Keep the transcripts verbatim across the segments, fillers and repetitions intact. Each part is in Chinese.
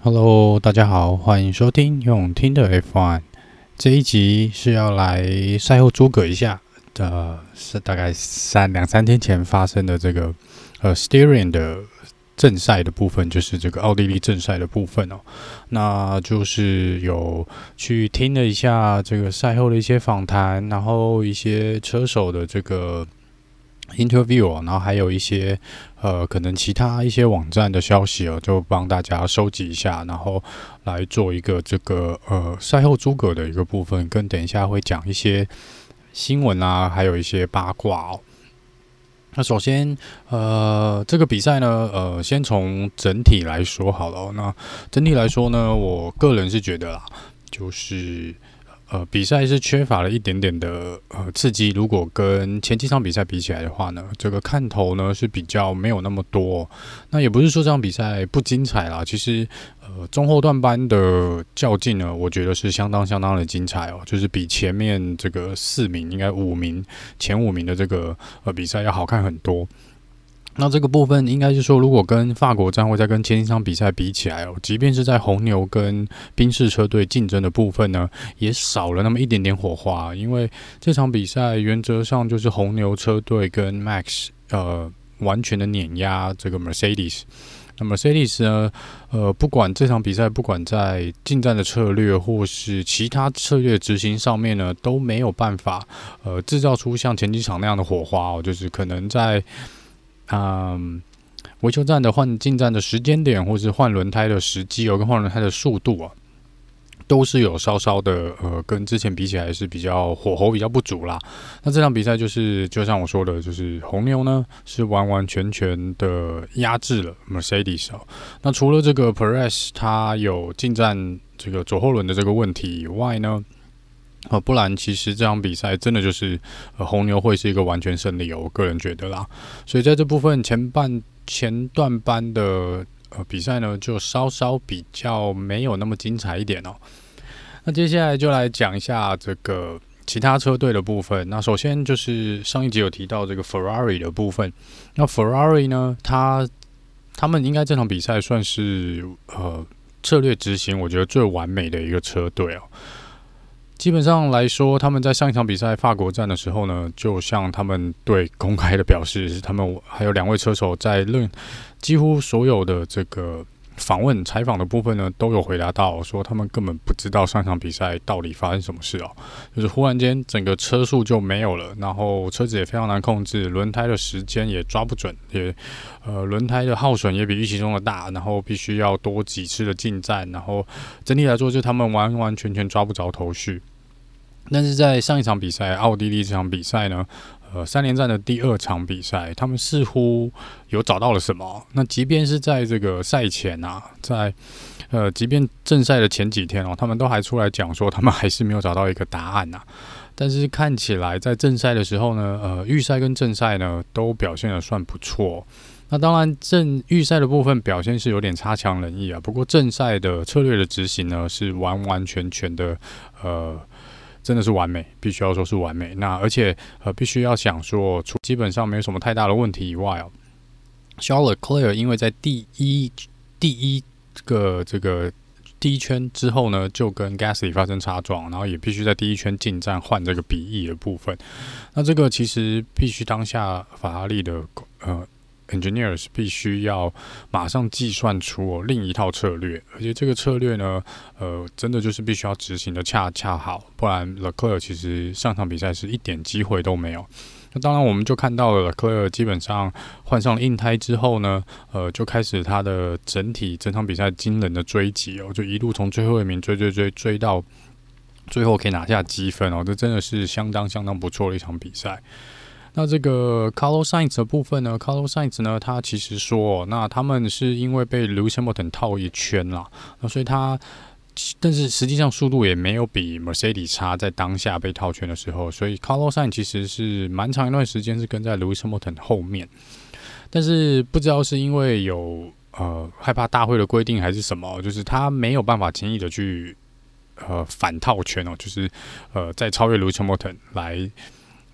Hello，大家好，欢迎收听用听的 F 一。这一集是要来赛后诸葛一下，呃，是大概三两三天前发生的这个呃 Styrian 的正赛的部分，就是这个奥地利正赛的部分哦。那就是有去听了一下这个赛后的一些访谈，然后一些车手的这个interview，然后还有一些呃可能其他一些网站的消息哦，就帮大家收集一下，然后来做一个这个呃赛后诸葛的一个部分，跟等一下会讲一些新闻啊，还有一些八卦哦。那首先，呃，这个比赛呢，呃，先从整体来说好了哦。那整体来说呢，我个人是觉得啦，就是呃，比赛是缺乏了一点点的呃刺激。如果跟前几场比赛比起来的话呢，这个看头呢是比较没有那么多。那也不是说这场比赛不精彩啦，其实呃中后段班的较劲呢，我觉得是相当相当的精彩哦，就是比前面这个四名应该五名前五名的这个呃比赛要好看很多。那这个部分应该是说，如果跟法国站或再跟前几场比赛比起来哦，即便是在红牛跟宾士车队竞争的部分呢，也少了那么一点点火花。因为这场比赛原则上就是红牛车队跟 Max 呃完全的碾压这个 Mercedes。那 Mercedes 呢，呃，不管这场比赛，不管在进站的策略或是其他策略执行上面呢，都没有办法呃制造出像前几场那样的火花哦，就是可能在嗯，维修站的换进站的时间点，或是换轮胎的时机哦，跟换轮胎的速度啊，都是有稍稍的呃，跟之前比起来是比较火候比较不足啦。那这场比赛就是就像我说的，就是红牛呢是完完全全的压制了 Mercedes 哦。那除了这个 Perez 他有进站这个左后轮的这个问题以外呢，呃，不然其实这场比赛真的就是呃红牛会是一个完全胜利哦，我个人觉得啦。所以在这部分前半前段班的呃比赛呢，就稍稍比较没有那么精彩一点哦。那接下来就来讲一下这个其他车队的部分。那首先就是上一集有提到这个 Ferrari 的部分。那 Ferrari 呢，他他们应该这场比赛算是呃策略执行，我觉得最完美的一个车队哦。基本上来说，他们在上一场比赛法国站的时候呢，就像他们对公开的表示，他们还有两位车手在论几乎所有的这个访问采访的部分呢，都有回答到说，他们根本不知道上场比赛到底发生什么事哦，就是忽然间整个车速就没有了，然后车子也非常难控制，轮胎的时间也抓不准，也呃轮胎的耗损也比预期中的大，然后必须要多几次的进站，然后整体来说，就他们完完全全抓不着头绪。但是在上一场比赛，奥地利这场比赛呢，呃，三连战的第二场比赛，他们似乎有找到了什么。那即便是在这个赛前啊，在呃，即便正赛的前几天哦，他们都还出来讲说，他们还是没有找到一个答案呐、啊。但是看起来在正赛的时候呢，呃，预赛跟正赛呢都表现得算不错。那当然，正预赛的部分表现是有点差强人意啊。不过正赛的策略的执行呢，是完完全全的呃。真的是完美，必须要说是完美。那而且呃，必须要想说，除基本上没有什么太大的问题以外哦，Charles Leclerc 因为在第一第一个这个第一圈之后呢，就跟 Gasly 发生擦撞，然后也必须在第一圈进站换这个鼻翼的部分。那这个其实必须当下法拉利的呃。engineers 必须要马上计算出、哦、另一套策略，而且这个策略呢，呃，真的就是必须要执行的恰恰好，不然 Leclerc 其实上场比赛是一点机会都没有。那当然，我们就看到了 Leclerc 基本上换上了硬胎之后呢，呃，就开始他的整体整场比赛惊人的追击哦，就一路从最后一名追追追追到最后可以拿下积分哦，这真的是相当相当不错的一场比赛。那这个 Carlos Sainz 的部分呢 ，Carlos Sainz 呢，他其实说，那他们是因为被 Lewis Hamilton 套一圈啦，那所以他，但是实际上速度也没有比 Mercedes 差，在当下被套圈的时候，所以 Carlos Sainz 其实是蛮长一段时间是跟在 Lewis Hamilton 后面，但是不知道是因为有呃害怕大会的规定还是什么，就是他没有办法轻易的去呃反套圈哦，就是呃在超越 Lewis Hamilton 来。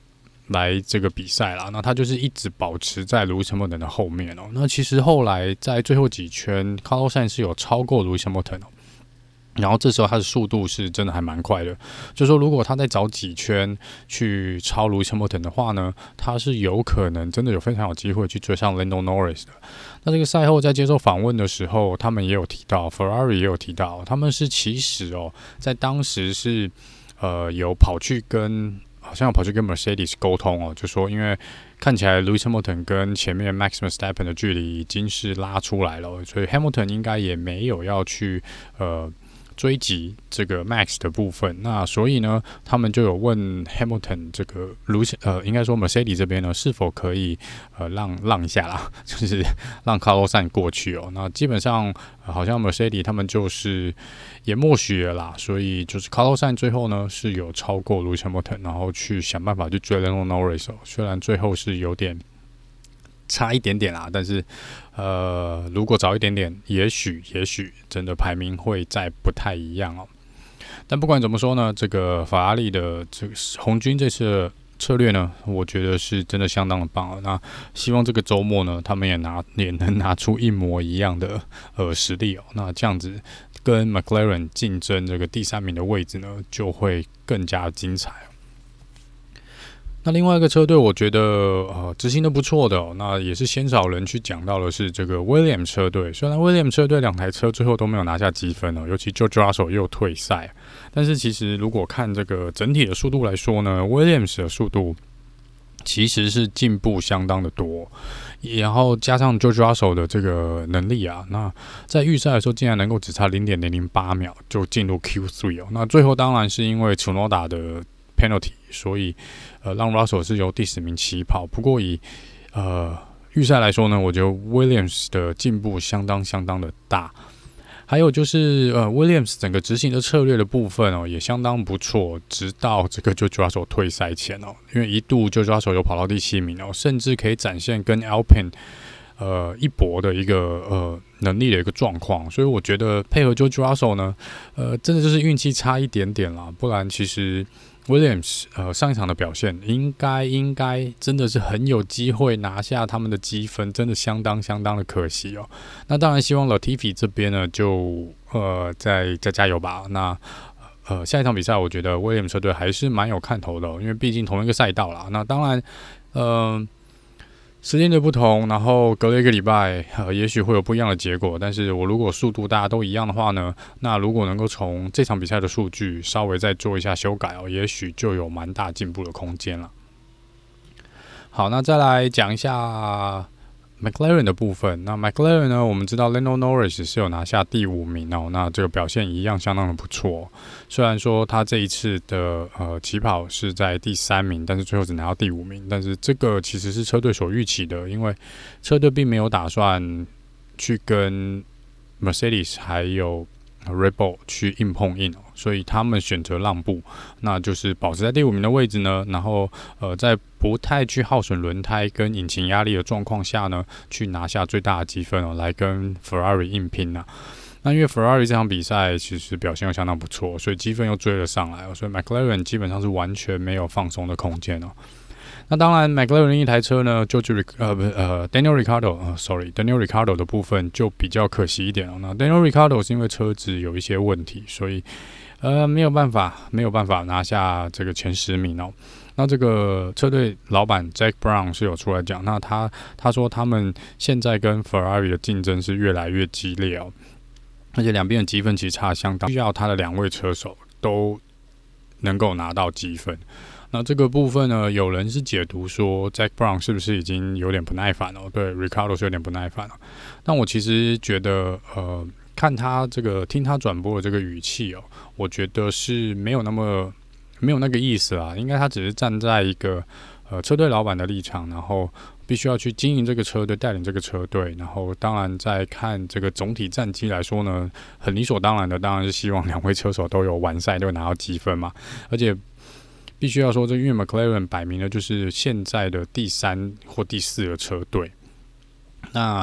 来这个比赛啦，那他就是一直保持在 Lewis Hamilton 的后面哦。那其实后来在最后几圈 ，Carlos Sainz 是有超过 Lewis Hamilton 哦。然后这时候他的速度是真的还蛮快的，就说如果他再早几圈去超 Lewis Hamilton 的话呢，他是有可能真的有非常有机会去追上 Lando Norris 的。那这个赛后在接受访问的时候，他们也有提到 ，Ferrari 也有提到，他们是其实哦，在当时是呃有跑去跟。好像有跑去跟 Mercedes 沟通哦，就说因为看起来 Lewis Hamilton 跟前面 Max Verstappen 的距离已经是拉出来了，所以 Hamilton 应该也没有要去呃追击这个 Max 的部分。那所以呢，他们就有问 Hamilton 这个 Lewis 呃，应该说 Mercedes 这边呢，是否可以呃让让一下啦，就是让 Carlos Sainz 过去哦。那基本上、呃、好像 Mercedes 他们就是也默许了啦，所以就是 Carlos Sainz 最后呢是有超过 Lewis Hamilton， 然后去想办法去追 Lando Norris 哦。虽然最后是有点差一点点啦，但是呃，如果早一点点，也许也许真的排名会再不太一样哦。但不管怎么说呢，这个法拉利的这个红军这次的策略呢，我觉得是真的相当的棒哦。那希望这个周末呢，他们也拿也能拿出一模一样的呃实力哦。那这样子跟 McLaren 竞争这个第三名的位置呢，就会更加精彩哦。那另外一个车队，我觉得呃执行的不错的哦，那也是鲜少人去讲到的是这个 Williams 车队。虽然 Williams 车队两台车最后都没有拿下积分哦，尤其 George Russell 又退赛，但是其实如果看这个整体的速度来说呢 ，Williams 的速度其实是进步相当的多，然后加上 George Russell 的这个能力啊，那在预赛的时候竟然能够只差 零点零零八 秒就进入 Q 三 哦。那最后当然是因为 Tsunoda 的 penalty， 所以呃让 Russell 是由第十名起跑。不过以呃预赛来说呢，我觉得 Williams 的进步相当相当的大。还有就是呃 Williams 整个执行的策略的部分哦，也相当不错。直到这个 George Russell 退赛前哦，因为一度 George Russell 有跑到第七名哦，甚至可以展现跟 Alpine 呃一搏的一个呃能力的一个状况。所以我觉得配合 George Russell 呢，呃真的就是运气差一点点啦，不然其实 Williams 呃上一场的表现应该应该真的是很有机会拿下他们的积分，真的相当相当的可惜哦。那当然希望 Latifi 这边呢就呃再再加油吧。那呃下一场比赛我觉得 Williams 车队还是蛮有看头的哦，因为毕竟同一个赛道啦。那当然呃时间的不同，然后隔了一个礼拜，呃，也许会有不一样的结果。但是我如果速度大家都一样的话呢，那如果能够从这场比赛的数据稍微再做一下修改哦，也许就有蛮大进步的空间了。好，那再来讲一下 McLaren 的部分。那 McLaren 呢，我们知道 Lando Norris 是有拿下第五名哦，那这个表现一样相当的不错。虽然说他这一次的呃起跑是在第三名，但是最后只拿到第五名。但是这个其实是车队所预期的，因为车队并没有打算去跟 Mercedes 还有 Red Bull 去硬碰硬哦，所以他们选择让步，那就是保持在第五名的位置呢。然后呃，在不太去耗损轮胎跟引擎压力的状况下呢，去拿下最大的积分哦，来跟 Ferrari 硬拼啊。那因为 Ferrari 这场比赛其实表现又相当不错，所以积分又追了上来哦，所以 McLaren 基本上是完全没有放松的空间哦。那当然 ，McLaren 一台车呢，就就呃不呃 Daniel Ricciardo 呃 sorry Daniel Ricciardo 的部分就比较可惜一点哦。那 Daniel Ricciardo 是因为车子有一些问题，所以呃没有办法没有办法拿下这个前十名哦。那这个车队老板 Jack Brown 是有出来讲，那他他说他们现在跟 Ferrari 的竞争是越来越激烈哦，而且两边的积分其实差相当，需要他的两位车手都能够拿到积分。那这个部分呢，有人是解读说 Jack Brown 是不是已经有点不耐烦了？对 Ricciardo 是有点不耐烦了。但我其实觉得，呃，看他这个听他转播的这个语气哦，我觉得是没有那么没有那个意思啦。应该他只是站在一个呃车队老板的立场，然后必须要去经营这个车队，带领这个车队。然后当然在看这个总体战绩来说呢，很理所当然的，当然是希望两位车手都有完赛，都拿到积分嘛，而且。必须要说，这因为 McLaren 摆明了就是现在的第三或第四个车队。那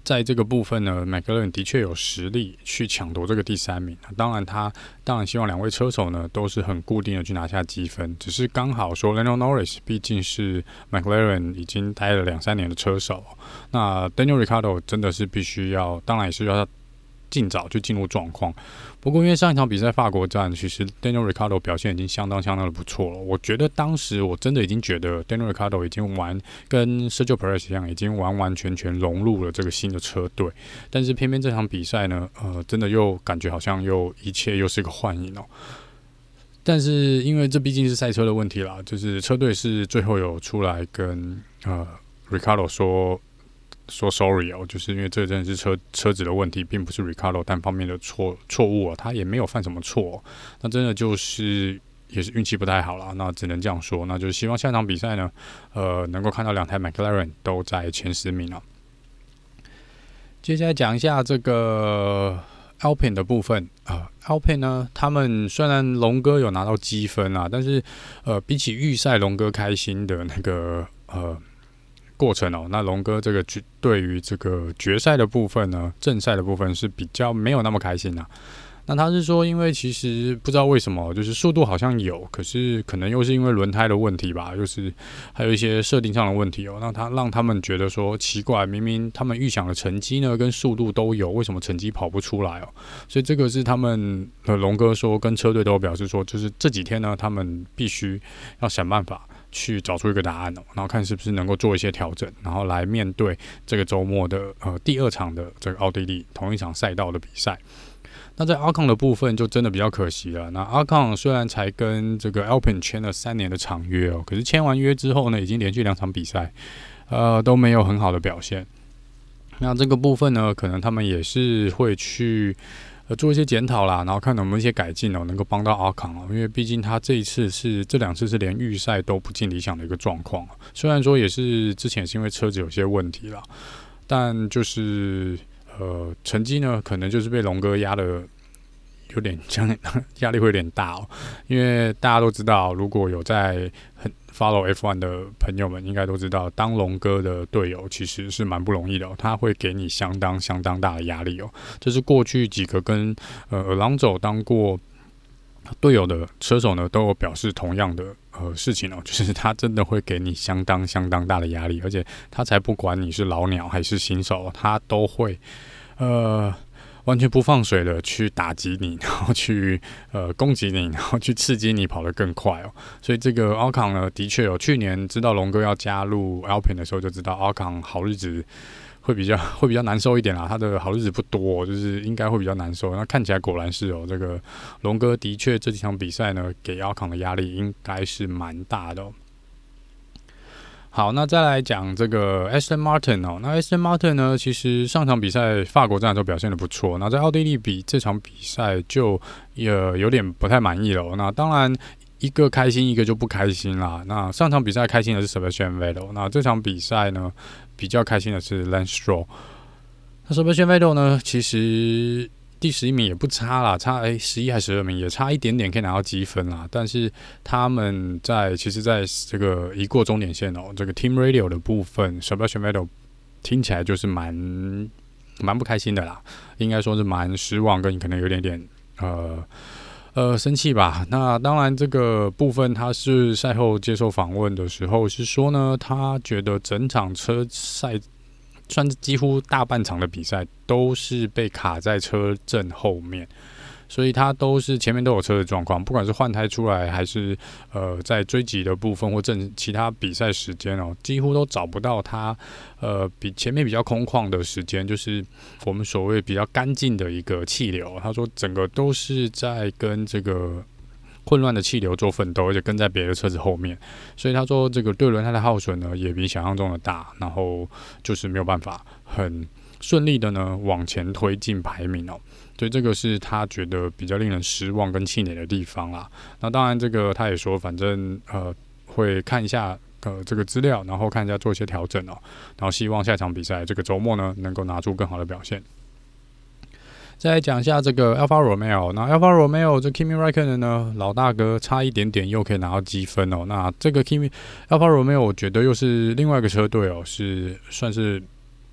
在这个部分呢 ，McLaren 的确有实力去抢夺这个第三名。当然他，他当然希望两位车手呢都是很固定的去拿下积分，只是刚好说 Lando Norris 毕竟是 McLaren 已经待了两三年的车手，那 Daniel Ricciardo 真的是必须要，当然也是要他尽早就进入状况。不过因为上一场比赛法国站，其实 Daniel Ricciardo 表现已经相当相当的不错了。我觉得当时我真的已经觉得 Daniel Ricciardo 已经完跟 Sergio Perez 一样，已经完完全全融入了这个新的车队。但是偏偏这场比赛呢，呃，真的又感觉好像又一切又是个幻影哦。但是因为这毕竟是赛车的问题啦，就是车队是最后有出来跟呃 Ricciardo 说。说 sorry 哦，就是因为这真的是车车子的问题，并不是 Ricciardo 单方面的错错误哦，他也没有犯什么错、哦，那真的就是也是运气不太好啦，那只能这样说，那就是希望下场比赛呢，呃，能够看到两台 McLaren 都在前十名哦。接下来讲一下这个 Alpine 的部分啊、呃、，Alpine 呢，他们虽然龙哥有拿到积分啊，但是呃，比起预赛龙哥开心的那个呃。过程哦，那龙哥这个对于这个决赛的部分呢，正赛的部分是比较没有那么开心啊。那他是说，因为其实不知道为什么，就是速度好像有，可是可能又是因为轮胎的问题吧，又是还有一些设定上的问题哦。那他让他们觉得说奇怪，明明他们预想的成绩呢跟速度都有，为什么成绩跑不出来哦？所以这个是他们的龙哥说跟车队都表示说，就是这几天呢，他们必须要想办法。去找出一个答案哦，然后看是不是能够做一些调整，然后来面对这个周末的呃第二场的这个奥地利同一场赛道的比赛。那在阿康的部分就真的比较可惜了。那阿康虽然才跟这个 Alpine 签了三年的长约哦，可是签完约之后呢，已经连续两场比赛呃都没有很好的表现。那这个部分呢，可能他们也是会去。呃，做一些检讨啦，然后看有没有一些改进哦，能够帮到阿康哦，因为毕竟他这一次是这两次是连预赛都不尽理想的一个状况。虽然说也是之前是因为车子有些问题啦，但就是呃成绩呢，可能就是被龙哥压的有点压力会有点大哦，因为大家都知道，如果有在很 follow F 一 的朋友们，应该都知道，当龙哥的队友其实是蛮不容易的哦，他会给你相当相当大的压力哦。这是过去几个跟呃 Alonso 当过队友的车手呢，都有表示同样的呃事情哦，就是他真的会给你相当相当大的压力，而且他才不管你是老鸟还是新手，他都会呃。完全不放水的去打击你，然后去呃攻击你，然后去刺激你跑得更快哦。所以这个奥康呢，的确有去年知道龙哥要加入 Alpine 的时候，就知道奥康好日子会比较会比较难受一点啦。他的好日子不多、哦，就是应该会比较难受。那看起来果然是哦，这个龙哥的确这几场比赛呢，给奥康的压力应该是蛮大的、哦。好，那再来讲这个 Aston Martin 哦，那 Aston Martin 呢，其实上场比赛法国站的时候表现得不错，那在奥地利比这场比赛就呃有点不太滿意了、哦。那当然一个开心，一个就不开心啦。那上场比赛开心的是 Sebastian Vettel， 那这场比赛呢比较开心的是 Lance Stroll。那 Sebastian Vettel 呢，其实第十一名也不差啦，差哎十一还十二名，也差一点点可以拿到积分啦。但是他们在其实在这个一过终点线哦，这个 Team Radio 的部分 ，Sebastian Vettel 听起来就是蛮蛮不开心的啦，应该说是蛮失望，跟可能有点点呃呃生气吧。那当然这个部分他是赛后接受访问的时候是说呢，他觉得整场车赛。算是几乎大半场的比赛都是被卡在车阵后面，所以他都是前面都有车的状况，不管是换胎出来还是呃在追击的部分或正其他比赛时间哦，几乎都找不到他呃比前面比较空旷的时间，就是我们所谓比较干净的一个气流。他说整个都是在跟这个。混乱的气流做奋斗，而且跟在别的车子后面，所以他说这个对轮胎的耗损呢也比想象中的大，然后就是没有办法很顺利的呢往前推进排名哦，所以这个是他觉得比较令人失望跟气馁的地方啦。那当然这个他也说，反正呃会看一下呃这个资料，然后看一下做一些调整哦，然后希望下场比赛这个周末呢能够拿出更好的表现。再来讲一下这个 Alfa Romeo， 那 Alfa Romeo 这 Kimi Räikkönen 呢，老大哥差一点点又可以拿到积分哦。那这个 Kimi Alfa Romeo 我觉得又是另外一个车队哦，是算是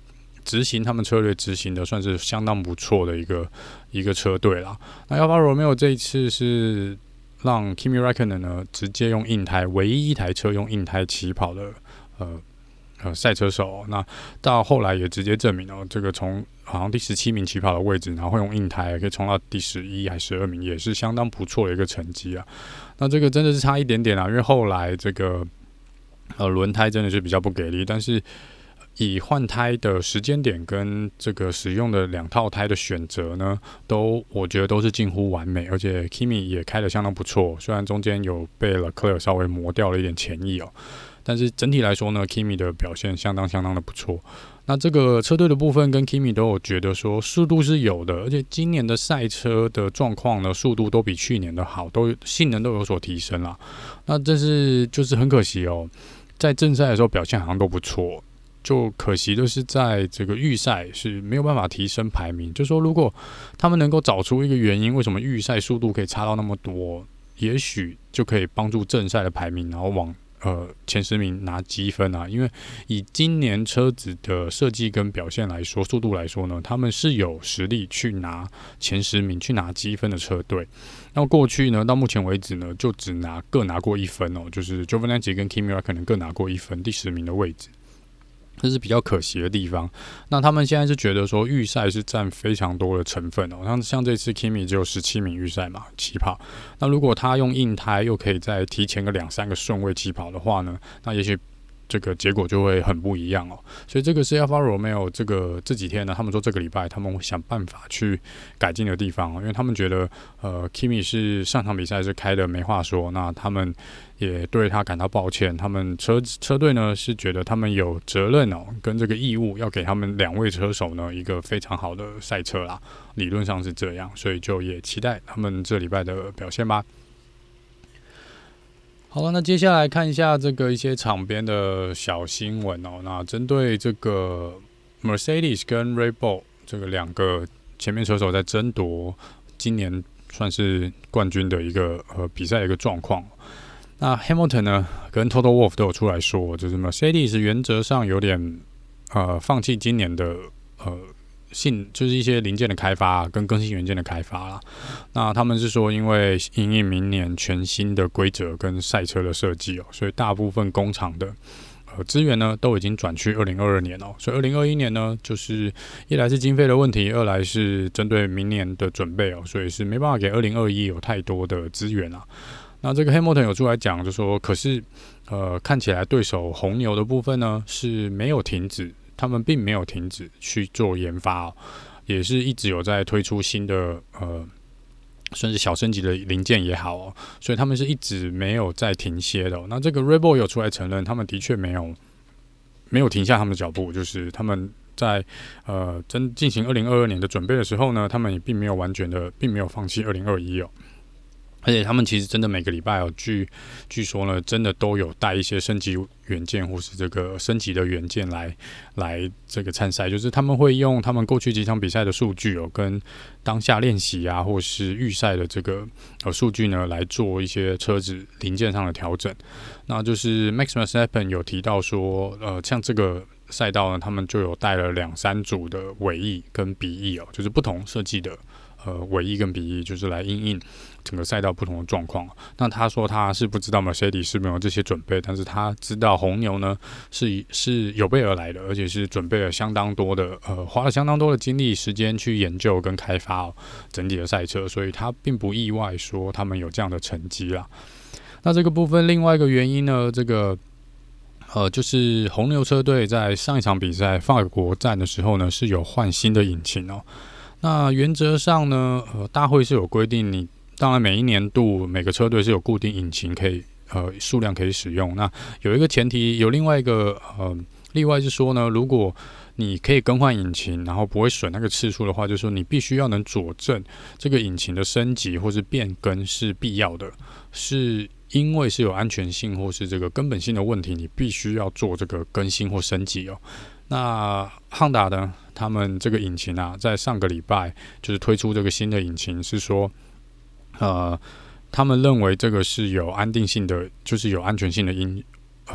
执行他们策略执行的算是相当不错的一个一个车队啦。那 Alfa Romeo 这一次是让 Kimi Räikkönen 呢直接用硬胎，唯一一台车用硬胎起跑的呃呃赛车手、哦。那到后来也直接证明哦，这个从好像第十七名起跑的位置，然后会用硬胎可以冲到第十一还十二名，也是相当不错的一个成绩啊。那这个真的是差一点点啊，因为后来这个呃轮胎真的是比较不给力，但是以换胎的时间点跟这个使用的两套胎的选择呢，都我觉得都是近乎完美，而且 Kimi 也开得相当不错，虽然中间有被 Leclerc 稍微磨掉了一点前翼哦，但是整体来说呢 ，Kimi 的表现相当相当的不错。那这个车队的部分跟 Kimi 都有觉得说速度是有的，而且今年的赛车的状况呢，速度都比去年的好，都性能都有所提升啦。那这是就是很可惜哦，在正赛的时候表现好像都不错。就可惜的是，在这个预赛是没有办法提升排名。就说如果他们能够找出一个原因，为什么预赛速度可以差到那么多，也许就可以帮助正赛的排名，然后往呃前十名拿积分啊。因为以今年车子的设计跟表现来说，速度来说呢，他们是有实力去拿前十名、去拿积分的车队。那过去呢，到目前为止呢，就只拿各拿过一分哦，就是 Giovinazzi 跟 Kimi Räikkönen 各拿过一分，第十名的位置。这是比较可惜的地方。那他们现在是觉得说预赛是占非常多的成分哦，像像这次 Kimi 只有十七名预赛嘛起跑，那如果他用硬胎又可以再提前个两三个顺位起跑的话呢，那也许这个结果就会很不一样哦。所以这个是 Alfa Romeo 这个这几天呢，他们说这个礼拜他们会想办法去改进的地方哦，因为他们觉得呃 Kimi 是上场比赛是开的没话说，那他们也对他感到抱歉。他们车车队呢是觉得他们有责任哦，跟这个义务要给他们两位车手呢一个非常好的赛车啦，理论上是这样，所以就也期待他们这礼拜的表现吧。好了，那接下来看一下这个一些场边的小新闻哦。那针对这个 Mercedes 跟 Red Bull 这个两个前面车手在争夺今年算是冠军的一个呃比赛的一个状况。那 Hamilton 呢跟 Toto Wolff 都有出来说，就是 Mercedes 原则上有点呃放弃今年的呃性就是一些零件的开发跟更新元件的开发啦。那他们是说，因为因应明年全新的规则跟赛车的设计哦，所以大部分工厂的呃资源呢都已经转去二零二二年哦。所以二零二一年呢，就是一来是经费的问题，二来是针对明年的准备哦，所以是没办法给二零二一有太多的资源啊。那这个 Hamilton 有出来讲，就说，可是呃看起来对手红牛的部分呢是没有停止。他们并没有停止去做研发、哦，也是一直有在推出新的呃，甚至小升级的零件也好哦，所以他们是一直没有在停歇的、哦。那这个 Red Bull 有出来承认，他们的确没有没有停下他们的脚步，就是他们在呃真进行二零二二年的准备的时候呢，他们也并没有完全的，并没有放弃二零二一哦。而且他们其实真的每个礼拜哦，据据说呢，真的都有带一些升级元件或是这个升级的元件来来这个参赛，就是他们会用他们过去几场比赛的数据哦，跟当下练习啊，或是预赛的这个呃数据呢，来做一些车子零件上的调整。那就是 Max Verstappen 有提到说，呃，像这个赛道呢，他们就有带了两三组的尾翼跟鼻翼哦，就是不同设计的。呃，尾翼跟鼻翼就是来因应整个赛道不同的状况。那他说他是不知道 Mercedes 是没有这些准备，但是他知道红牛呢是是有备而来的，而且是准备了相当多的呃，花了相当多的精力时间去研究跟开发、哦、整体的赛车，所以他并不意外说他们有这样的成绩啦。那这个部分另外一个原因呢，这个。呃，就是红牛车队在上一场比赛法国站的时候呢，是有换新的引擎哦。那原则上呢，呃，大会是有规定你，当然每一年度每个车队是有固定引擎可以呃数量可以使用。那有一个前提，有另外一个呃例外是说呢，如果你可以更换引擎，然后不会损那个次数的话，就是说你必须要能佐证这个引擎的升级或是变更是必要的，是。因为是有安全性或是这个根本性的问题，你必须要做这个更新或升级哦。那汉达呢，他们这个引擎啊，在上个礼拜就是推出这个新的引擎，是说，呃，他们认为这个是有安定性的，就是有安全性的因呃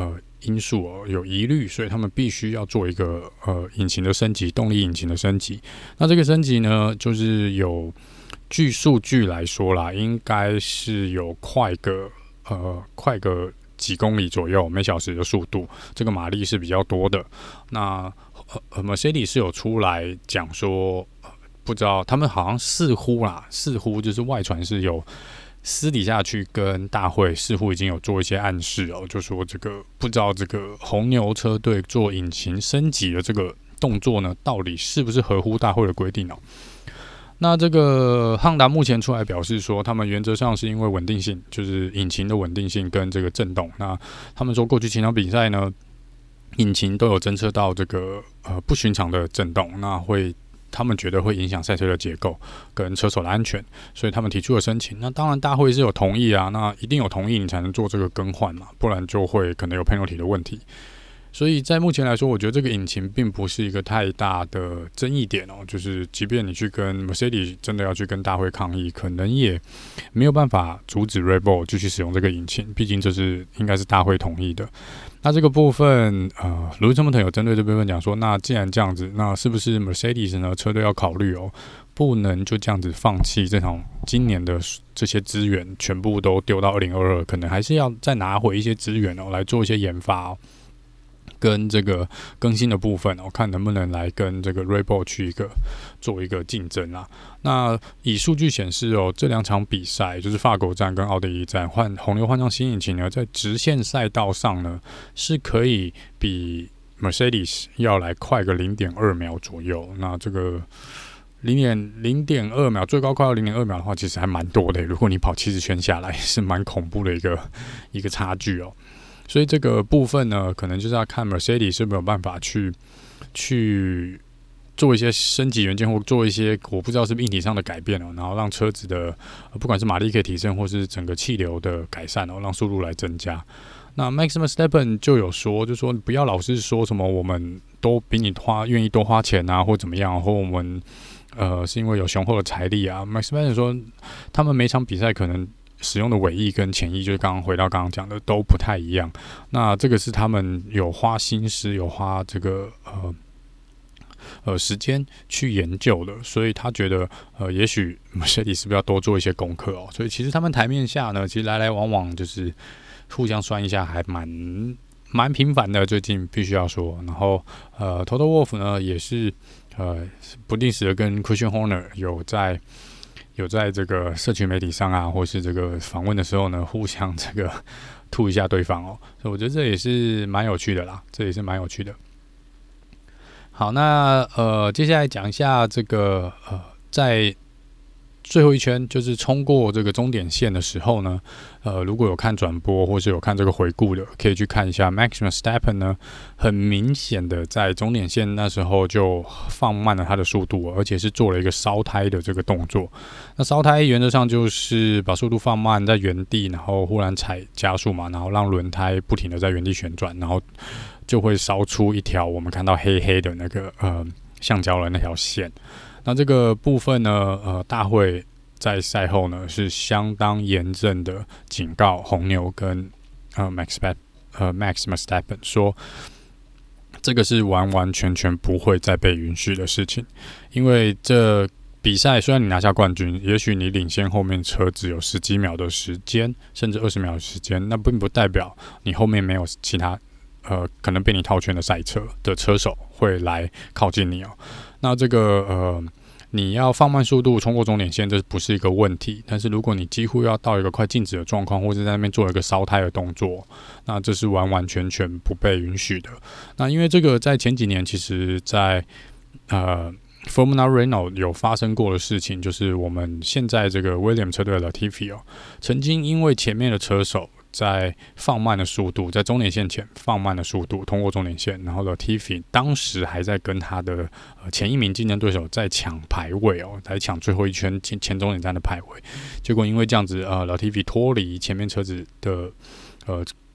因素哦有疑虑，所以他们必须要做一个呃引擎的升级，动力引擎的升级。那这个升级呢，就是有据数据来说啦，应该是有快个呃快个几公里左右每小时的速度，这个马力是比较多的。那呃 Mercedes 是有出来讲说，呃、不知道他们好像似乎啦，似乎就是外传是有私底下去跟大会似乎已经有做一些暗示哦，就说这个不知道这个红牛车队做引擎升级的这个动作呢，到底是不是合乎大会的规定哦？那这个汉达目前出来表示说，他们原则上是因为稳定性，就是引擎的稳定性跟这个震动。那他们说过去几场比赛呢，引擎都有侦测到这个呃不寻常的震动，那会他们觉得会影响赛车的结构跟车手的安全，所以他们提出了申请。那当然大会是有同意啊，那一定有同意你才能做这个更换嘛，不然就会可能有 penalty 的问题。所以在目前来说，我觉得这个引擎并不是一个太大的争议点哦。就是即便你去跟 Mercedes 真的要去跟大会抗议，可能也没有办法阻止 Red Bull 继续使用这个引擎，毕竟这是应该是大会同意的。那这个部分，呃，Lewis Hamilton有针对这部分讲说，那既然这样子，那是不是 Mercedes 呢？车队要考虑哦，不能就这样子放弃这场今年的这些资源，全部都丢到二零二二，可能还是要再拿回一些资源哦，来做一些研发哦。跟这个更新的部分，我、哦、看能不能来跟这个 Red Bull 去一个做一个竞争啊。那以数据显示哦，这两场比赛就是法国站跟奥地利站换红牛换上新引擎呢，在直线赛道上呢是可以比 Mercedes 要来快个 零点二秒左右。那这个零点零点二秒，最高快到零点二秒的话，其实还蛮多的。如果你跑七十圈下来，是蛮恐怖的一个一个差距哦。所以这个部分呢，可能就是要看 Mercedes 是没有办法去去做一些升级元件，或做一些我不知道是不是硬体上的改变哦，然后让车子的不管是马力可以提升，或是整个气流的改善哦，让速度来增加。那 Max Verstappen 就有说，就说不要老是说什么我们都比你花愿意多花钱啊，或怎么样，或我们呃是因为有雄厚的财力啊。Max Verstappen 说，他们每场比赛可能使用的尾翼跟前翼，就是刚刚回到刚刚讲的都不太一样。那这个是他们有花心思、有花这个呃呃时间去研究的，所以他觉得呃，也许 Mercedes 是不是要多做一些功课哦？所以其实他们台面下呢，其实来来往往就是互相酸一下，还蛮蛮频繁的。最近必须要说，然后呃 ，Toto Wolff 呢也是呃不定时的跟 Christian Horner 有在。有在这个社群媒体上啊，或是这个访问的时候呢，互相这个吐一下对方哦，所以我觉得这也是蛮有趣的啦，这也是蛮有趣的。好，那呃，接下来讲一下这个呃，在最后一圈就是冲过这个终点线的时候呢，呃，如果有看转播或是有看这个回顾的，可以去看一下 Max Verstappen 呢，很明显的在终点线那时候就放慢了他的速度，而且是做了一个烧胎的这个动作。那烧胎原则上就是把速度放慢在原地，然后忽然踩加速嘛，然后让轮胎不停的在原地旋转，然后就会烧出一条我们看到黑黑的那个呃橡胶的那条线。那这个部分呢，呃，大会在赛后呢是相当严正的警告红牛跟呃 Max 呃 Max Verstappen 说，这个是完完全全不会再被允许的事情，因为这比赛虽然你拿下冠军，也许你领先后面车只有十几秒的时间，甚至二十秒的时间，那并不代表你后面没有其他呃可能被你套圈的赛车的车手会来靠近你哦。那这个呃，你要放慢速度冲过终点线，这不是一个问题。但是如果你几乎要到一个快静止的状况，或者在那边做一个烧胎的动作，那这是完完全全不被允许的。那因为这个在前几年，其实在呃 Formula Renault 有发生过的事情，就是我们现在这个 Williams 车队的 Latifi 哦，曾经因为前面的车手在放慢的速度，在终点线前放慢的速度通过终点线，然后 Latifi 当时还在跟他的、呃、前一名竞争对手在抢排位哦，来抢最后一圈前前终点站的排位。结果因为这样子，呃 Latifi 脱离前面车子的呃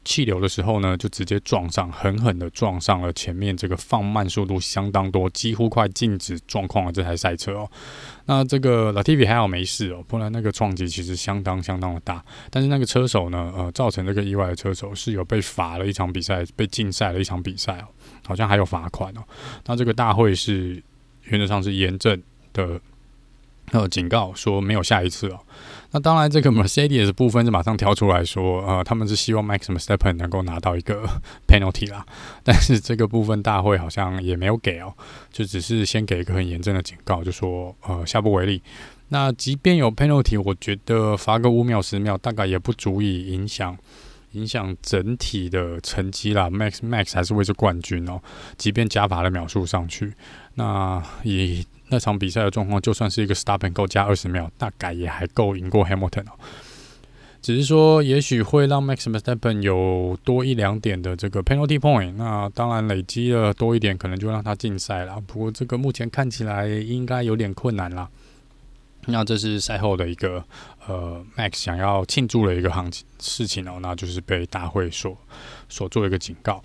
气流的时候呢，就直接撞上，狠狠的撞上了前面这个放慢速度相当多，几乎快静止状况的这台赛车哦。那这个 Latifi 还好没事哦，不然那个撞击其实相当相当的大。但是那个车手呢，呃，造成这个意外的车手是有被罚了一场比赛，被禁赛了一场比赛哦，好像还有罚款哦。那这个大会是原则上是严正的。呃，警告说没有下一次哦。那当然，这个 Mercedes 的部分是马上跳出来说，呃，他们是希望 Max Verstappen 能够拿到一个 penalty 啦。但是这个部分大会好像也没有给哦，就只是先给一个很严正的警告，就说呃下不为例。那即便有 penalty， 我觉得罚个五秒十秒，大概也不足以影响。影响整体的成绩啦 ，Max Max 还是会是冠军哦。即便加罚的秒数上去，那以那场比赛的状况，就算是一个 Stop and Go 加二十秒，大概也还够赢过 Hamilton 哦。只是说，也许会让 Max Verstappen 有多一两点的这个 penalty point， 那当然累积了多一点，可能就让他禁赛啦。不过这个目前看起来应该有点困难啦。那这是赛后的一个呃 Max 想要庆祝的一个行情事情哦，那就是被大会所所做一个警告。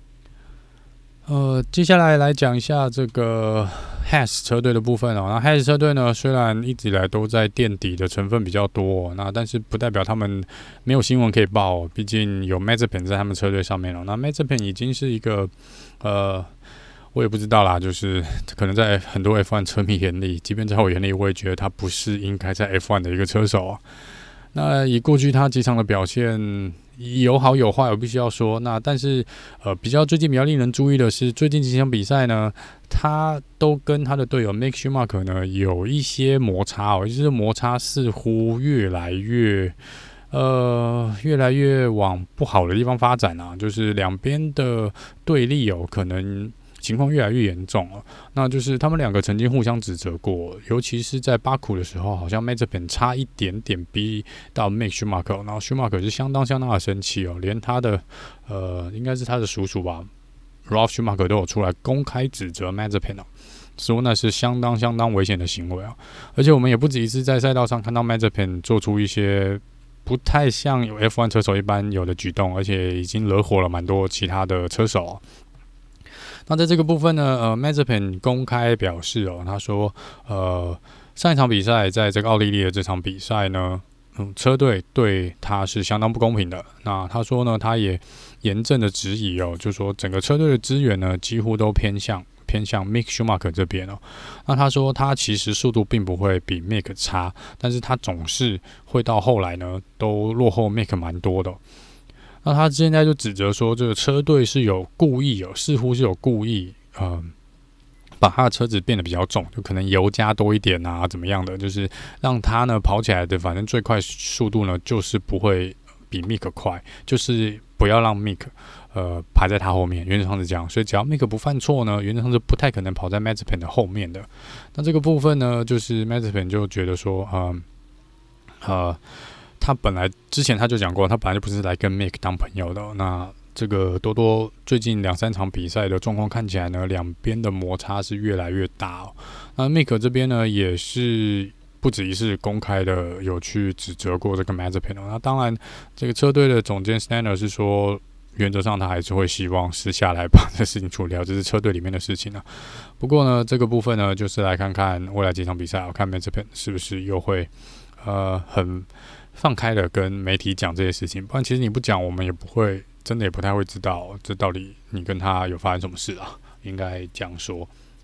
呃，接下来来讲一下这个 Haas 车队的部分哦。那 Haas 车队呢，虽然一直以来都在垫底的成分比较多、哦，那但是不代表他们没有新闻可以报、哦，毕竟有 Mazepin 在他们车队上面哦。那 Mazepin 已经是一个呃。我也不知道啦，就是可能在很多 F 一 车迷眼里，即便在我眼里，我也觉得他不是应该在 F 一 的一个车手啊。那以过去他几场的表现，有好有坏，我必须要说。那但是呃，比较最近比较令人注意的是，最近几场比赛呢，他都跟他的队友 Mick Schumacher 呢有一些摩擦哦，就是摩擦似乎越来越。呃，越来越往不好的地方发展啊，就是两边的对立哦，可能情况越来越严重了。那就是他们两个曾经互相指责过，尤其是在巴库的时候，好像 Mazepin 差一点点逼到 Mick Schumacher， 然后 Schumacher 是相当相当的生气哦，连他的呃应该是他的叔叔吧 ，Ralf Schumacher 都有出来公开指责 Mazepin 哦，说那是相当相当危险的行为啊。而且我们也不止一次在赛道上看到 Mazepin 做出一些不太像有 F 一 车手一般有的举动，而且已经惹火了蛮多其他的车手、哦。那在这个部分呢，呃 Mazepin 公开表示哦，他说，呃，上一场比赛在这个奥地利的这场比赛呢，嗯，车队对他是相当不公平的。那他说呢，他也严正的质疑哦，就说整个车队的资源呢，几乎都偏向。偏向 Mick Schumacher 这边哦，那他说他其实速度并不会比 Mick 差，但是他总是会到后来呢都落后 Mick 蛮多的、哦。那他现在就指责说，这个车队是有故意哦，似乎是有故意，呃，把他的车子变得比较重，就可能油加多一点啊，怎么样的，就是让他呢跑起来的，反正最快速度呢就是不会比 Mick 快，就是不要让 Mick。呃，排在他后面，原则上是这样，所以只要 Mick 不犯错呢，原则上是不太可能跑在 Mazepin 的后面的。那这个部分呢，就是 Mazepin 就觉得说，呃，呃，他本来之前他就讲过，他本来就不是来跟 Mick 当朋友的、哦。那这个多多最近两三场比赛的状况看起来呢，两边的摩擦是越来越大哦。那 Mick 这边呢，也是。不止一次公开的有去指责过这个 Mazepin 哦。那当然，这个车队的总监 Steiner 是说。原则上，他还是会希望私下来把这事情处理掉，这是车队里面的事情啊。不过呢，这个部分呢，就是来看看未来几场比赛，我看 Mazepin 是不是又会呃很放开的跟媒体讲这些事情。不然，其实你不讲，我们也不会真的也不太会知道这到底你跟他有发生什么事啊。应该这样说。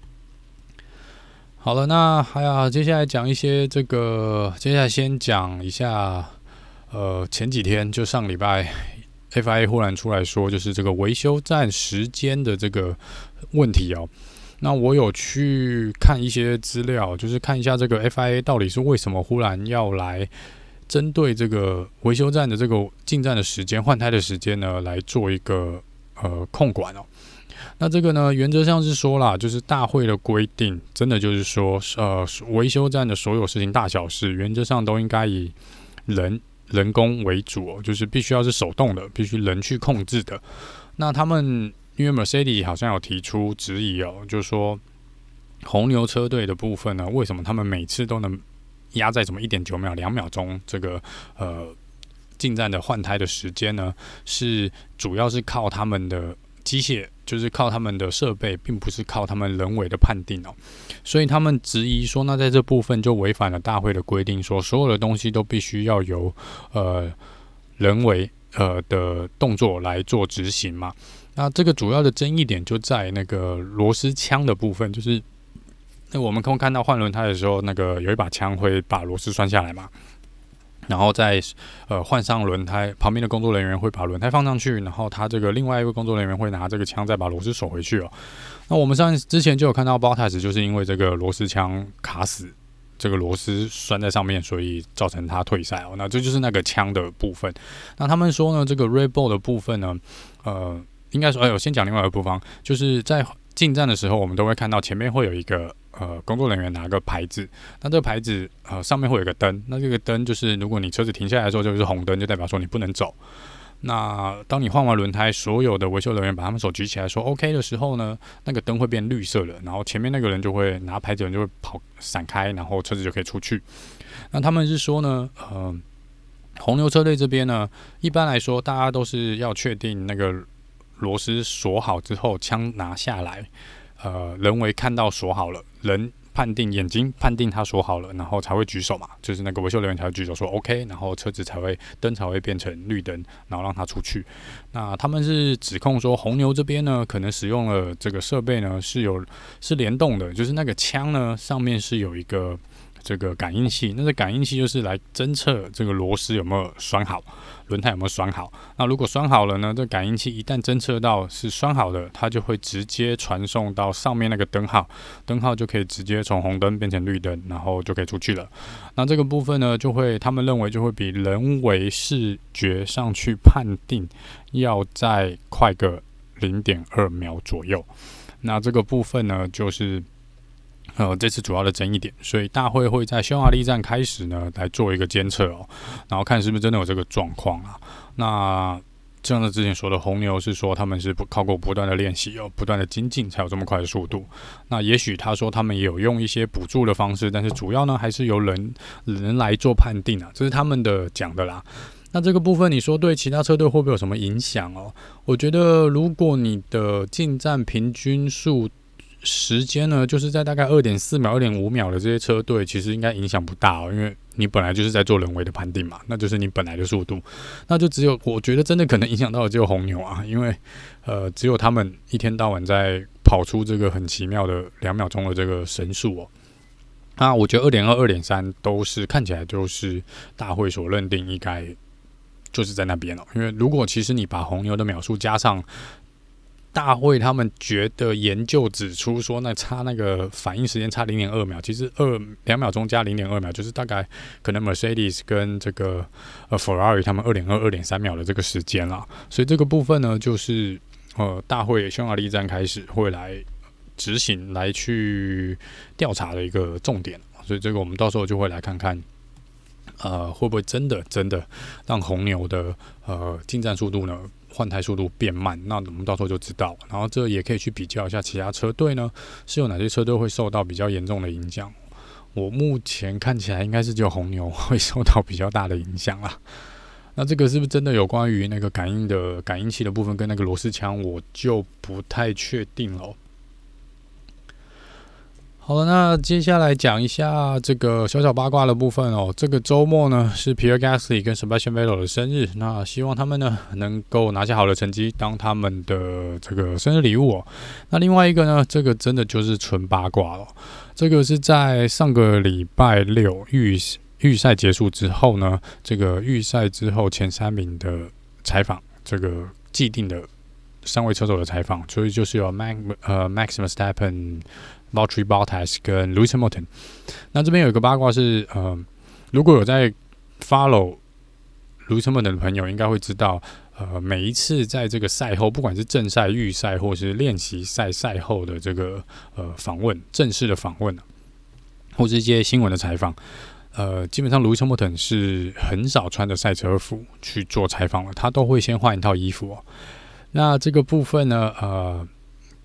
好了，那还有接下来讲一些这个，接下来先讲一下，呃，前几天就上礼拜。F I A 忽然出来说，就是这个维修站时间的这个问题哦。那我有去看一些资料，就是看一下这个 F I A 到底是为什么忽然要来针对这个维修站的这个进站的时间、换胎的时间呢，来做一个呃控管哦。那这个呢，原则上是说啦，就是大会的规定，真的就是说，呃，维修站的所有事情大小事，原则上都应该以人。人工为主哦，就是必须要是手动的，必须人去控制的。那他们因为 Mercedes 好像有提出质疑哦，就是说红牛车队的部分呢，为什么他们每次都能压在什么一点九秒、两秒钟这个呃进站的换胎的时间呢，是主要是靠他们的机械，就是靠他们的设备，并不是靠他们人为的判定哦。所以他们质疑说，那在这部分就违反了大会的规定，说所有的东西都必须要由呃人为呃的动作来做执行嘛。那这个主要的争议点就在那个螺丝枪的部分，就是那我们可以看到换轮胎的时候，那个有一把枪会把螺丝拴下来嘛，然后在呃换上轮胎，旁边的工作人员会把轮胎放上去，然后他这个另外一位工作人员会拿这个枪再把螺丝锁回去哦。那我们上之前就有看到 Bottas 就是因为这个螺丝枪卡死，这个螺丝拴在上面，所以造成他退赛哦。那这就是那个枪的部分。那他们说呢，这个 Red Bull 的部分呢，呃。应该说，哎，我先讲另外一个部分，就是在进站的时候，我们都会看到前面会有一个呃工作人员拿个牌子，那这个牌子呃上面会有一个灯，那这个灯就是如果你车子停下来的时候就是红灯，就代表说你不能走。那当你换完轮胎，所有的维修人员把他们手举起来说 OK 的时候呢，那个灯会变绿色的，然后前面那个人就会拿牌子的人就会跑闪开，然后车子就可以出去。那他们是说呢，呃，红牛车队这边呢，一般来说大家都是要确定那个螺丝锁好之后，枪拿下来，呃，人为看到锁好了，人判定眼睛判定他锁好了，然后才会举手嘛，就是那个维修人员才会举手说 OK， 然后车子才会灯才会变成绿灯，然后让他出去。那他们是指控说红牛这边呢，可能使用了这个设备呢是有是联动的，就是那个枪呢上面是有一个这个感应器，那这感应器就是来侦测这个螺丝有没有拴好，轮胎有没有拴好。那如果拴好了呢，这感应器一旦侦测到是拴好的，它就会直接传送到上面那个灯号，灯号就可以直接从红灯变成绿灯，然后就可以出去了。那这个部分呢，就会他们认为就会比人为视觉上去判定要再快个 零点二秒左右。那这个部分呢，就是呃，这次主要的争议点，所以大会会在匈牙利站开始呢来做一个监测哦，然后看是不是真的有这个状况啊。那像是之前说的，红牛是说他们是靠过不断的练习哦，不断的精进才有这么快的速度。那也许他说他们也有用一些补助的方式，但是主要呢还是由人人来做判定啊，这是他们的讲的啦。那这个部分你说对其他车队会不会有什么影响哦？我觉得如果你的进站平均数时间呢，就是在大概 二点四秒、二点五秒的这些车队，其实应该影响不大哦，因为你本来就是在做人为的判定嘛，那就是你本来的速度，那就只有我觉得真的可能影响到的只有红牛啊，因为呃只有他们一天到晚在跑出这个很奇妙的两秒钟的这个神速哦。那我觉得 二点二、二点三 都是看起来就是大会所认定应该就是在那边哦，因为如果其实你把红牛的秒数加上大会他们觉得研究指出说，那差那个反应时间差 零点二秒，其实二两秒钟加 零点二秒，就是大概可能 Mercedes 跟这个呃 Ferrari 他们 二点二、二点三秒的这个时间啦。所以这个部分呢，就是呃大会匈牙利站开始会来执行来去调查的一个重点。所以这个我们到时候就会来看看。呃，会不会真的真的让红牛的呃进站速度呢，换胎速度变慢？那我们到时候就知道。然后这也可以去比较一下其他车队呢，是有哪些车队会受到比较严重的影响。我目前看起来应该是只有红牛会受到比较大的影响啦。那这个是不是真的有关于那个感应的感应器的部分跟那个螺丝枪，我就不太确定了。好了，那接下来讲一下这个小小八卦的部分哦。这个周末呢是 Pierre Gasly 跟 Sebastian Vettel 的生日，那希望他们呢能够拿下好的成绩，当他们的这个生日礼物哦。那另外一个呢，这个真的就是纯八卦了。这个是在上个礼拜六预预赛结束之后呢，这个预赛之后前三名的采访，这个既定的三位车手的采访，所以就是有 Max 呃 Max Verstappen、Valtteri Bottas 跟 Lewis Hamilton。那这边有一个八卦是，呃，如果有在 follow Lewis Hamilton 的朋友，应该会知道，呃，每一次在这个赛后，不管是正赛、预赛或是练习赛赛后的这个呃访问，正式的访问，或是一些新闻的采访。呃，基本上 Lewis Hamilton 是很少穿着赛车服去做采访了，他都会先换一套衣服哦。那这个部分呢，呃，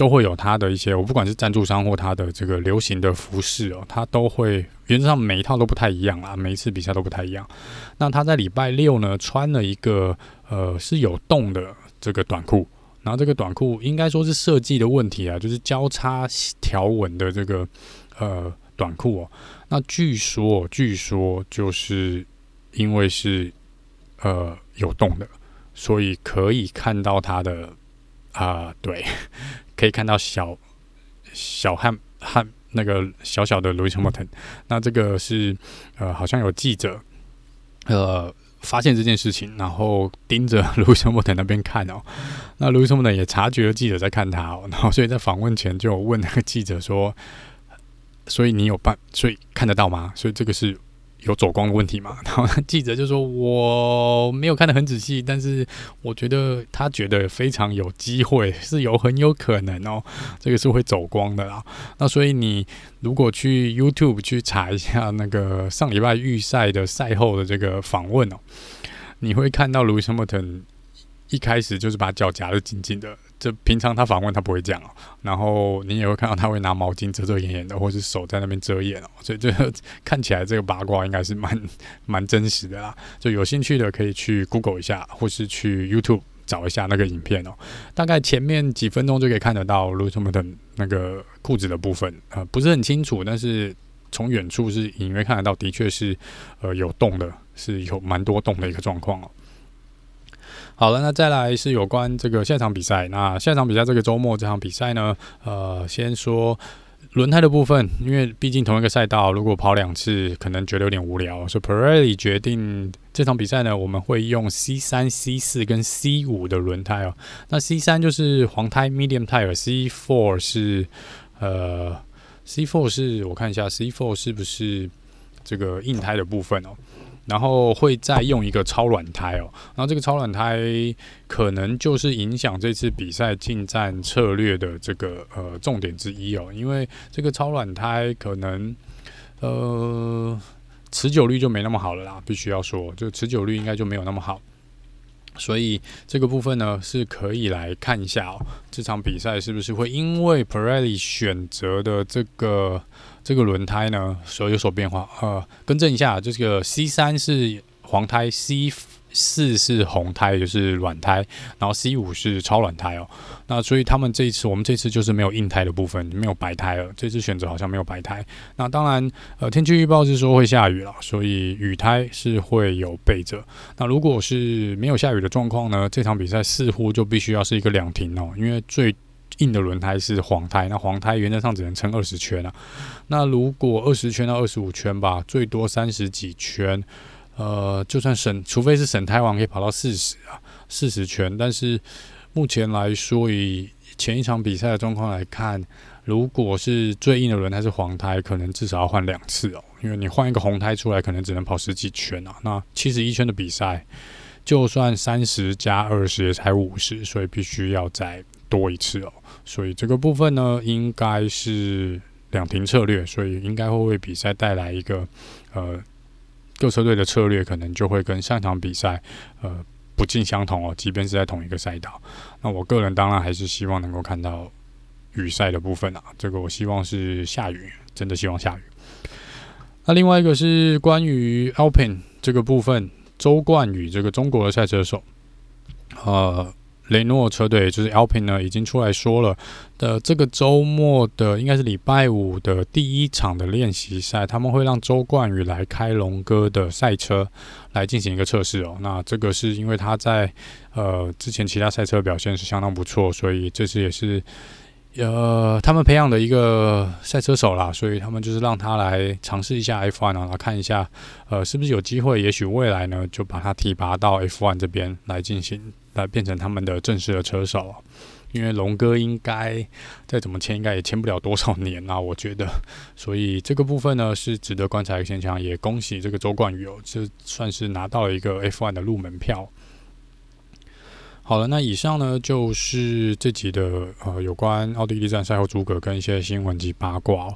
都会有它的一些，我不管是赞助商或它的这个流行的服饰哦，它都会原则上每一套都不太一样啦，每一次比赛都不太一样。那他在礼拜六呢穿了一个呃是有洞的这个短裤，然后这个短裤应该说是设计的问题啊，就是交叉条纹的这个呃短裤哦。那据说据说就是因为是呃有洞的，所以可以看到它的啊、呃、对。可以看到小小汉汉那个小小的 Lewis Hamilton， 那这个是呃好像有记者呃发现这件事情，然后盯着 Lewis Hamilton 那边看哦。那 Lewis Hamilton 也察觉了记者在看他哦，然后所以在访问前就有问那个记者说：“所以你有办，所以看得到吗？所以这个是有走光的问题嘛？”然后记者就说：“我没有看得很仔细，但是我觉得他觉得非常有机会，是有很有可能哦，这个是会走光的啦。”那所以你如果去 YouTube 去查一下那个上礼拜预赛的赛后的这个访问哦，你会看到 Lewis Hamilton 一开始就是把脚夹得紧紧的。这平常他访问他不会这样哦，然后你也会看到他会拿毛巾遮遮掩掩的，或是手在那边遮掩哦，所以这个看起来这个八卦应该是蛮蛮真实的啦。就有兴趣的可以去 Google 一下，或是去 YouTube 找一下那个影片哦。大概前面几分钟就可以看得到 Lewis Hamilton 那个裤子的部分，呃，不是很清楚，但是从远处是隐约看得到，的确是呃有洞的，是有蛮多洞的一个状况哦。好了，那再来是有关这个下场比赛。那下场比赛这个周末这场比赛呢，呃，先说轮胎的部分，因为毕竟同一个赛道，如果跑两次，可能觉得有点无聊，所以 Pirelli 决定这场比赛呢，我们会用 C 三、C 四 跟 C 五的轮胎哦。那 C 三 就是黄胎 （medium tire），C 四 是呃 C 四 是我看一下 C 四 是不是这个硬胎的部分哦。然后会再用一个超软胎哦，然后这个超软胎可能就是影响这次比赛进站策略的这个呃重点之一哦，因为这个超软胎可能呃持久率就没那么好了啦，必须要说，就持久率应该就没有那么好。所以这个部分呢是可以来看一下哦，这场比赛是不是会因为 Pirelli 选择的这个这个轮胎呢，所以有所变化？呃，更正一下，这个 C 三 是黄胎 ，C 四 是红胎，就是软胎，然后 C 五 是超软胎哦。那所以他们这一次，我们这次就是没有硬胎的部分，没有白胎了。这次选择好像没有白胎。那当然，呃，天气预报是说会下雨了，所以雨胎是会有备着。那如果是没有下雨的状况呢，这场比赛似乎就必须要是一个两停哦，因为最硬的轮胎是黄胎，那黄胎原则上只能撑二十圈啊。那如果二十圈到二十五圈吧，最多三十几圈。呃，就算省，除非是省胎王可以跑到四十啊，四十圈，但是目前来说，以前一场比赛的状况来看，如果是最硬的轮胎是黄胎，可能至少要换两次哦，因为你换一个红胎出来，可能只能跑十几圈啊。那七十一圈的比赛，就算三十加二十也才五十，所以必须要再多一次哦。所以这个部分呢，应该是两停策略，所以应该会为比赛带来一个呃。各车队的策略可能就会跟上一场比赛，呃，不尽相同哦。即便是在同一个赛道，那我个人当然还是希望能够看到雨赛的部分啊。这个我希望是下雨，真的希望下雨。那另外一个是关于 Alpine 这个部分，周冠宇这个中国的赛车手，呃。雷诺车队就是 Alpine 呢，已经出来说了的，这个周末的应该是礼拜五的第一场的练习赛，他们会让周冠宇来开龙哥的赛车来进行一个测试哦。那这个是因为他在呃之前其他赛车表现是相当不错，所以这次也是呃他们培养的一个赛车手啦，所以他们就是让他来尝试一下 F 一 然后看一下呃是不是有机会，也许未来呢就把他提拔到 F 一 这边来进行。来变成他们的正式的车手，因为龙哥应该再怎么签，应该也签不了多少年啊，我觉得。所以这个部分呢是值得观察的现象，也恭喜这个周冠宇哦，这算是拿到了一个 F 一 的入门票。好了，那以上呢就是这集的呃有关奥地利站赛后诸葛跟一些新闻及八卦哦。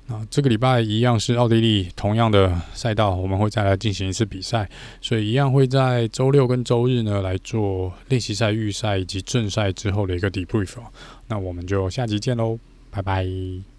那这个礼拜一样是奥地利同样的赛道，我们会再来进行一次比赛，所以一样会在周六跟周日呢来做练习赛、预赛以及正赛之后的一个 debrief。那我们就下集见喽，拜拜。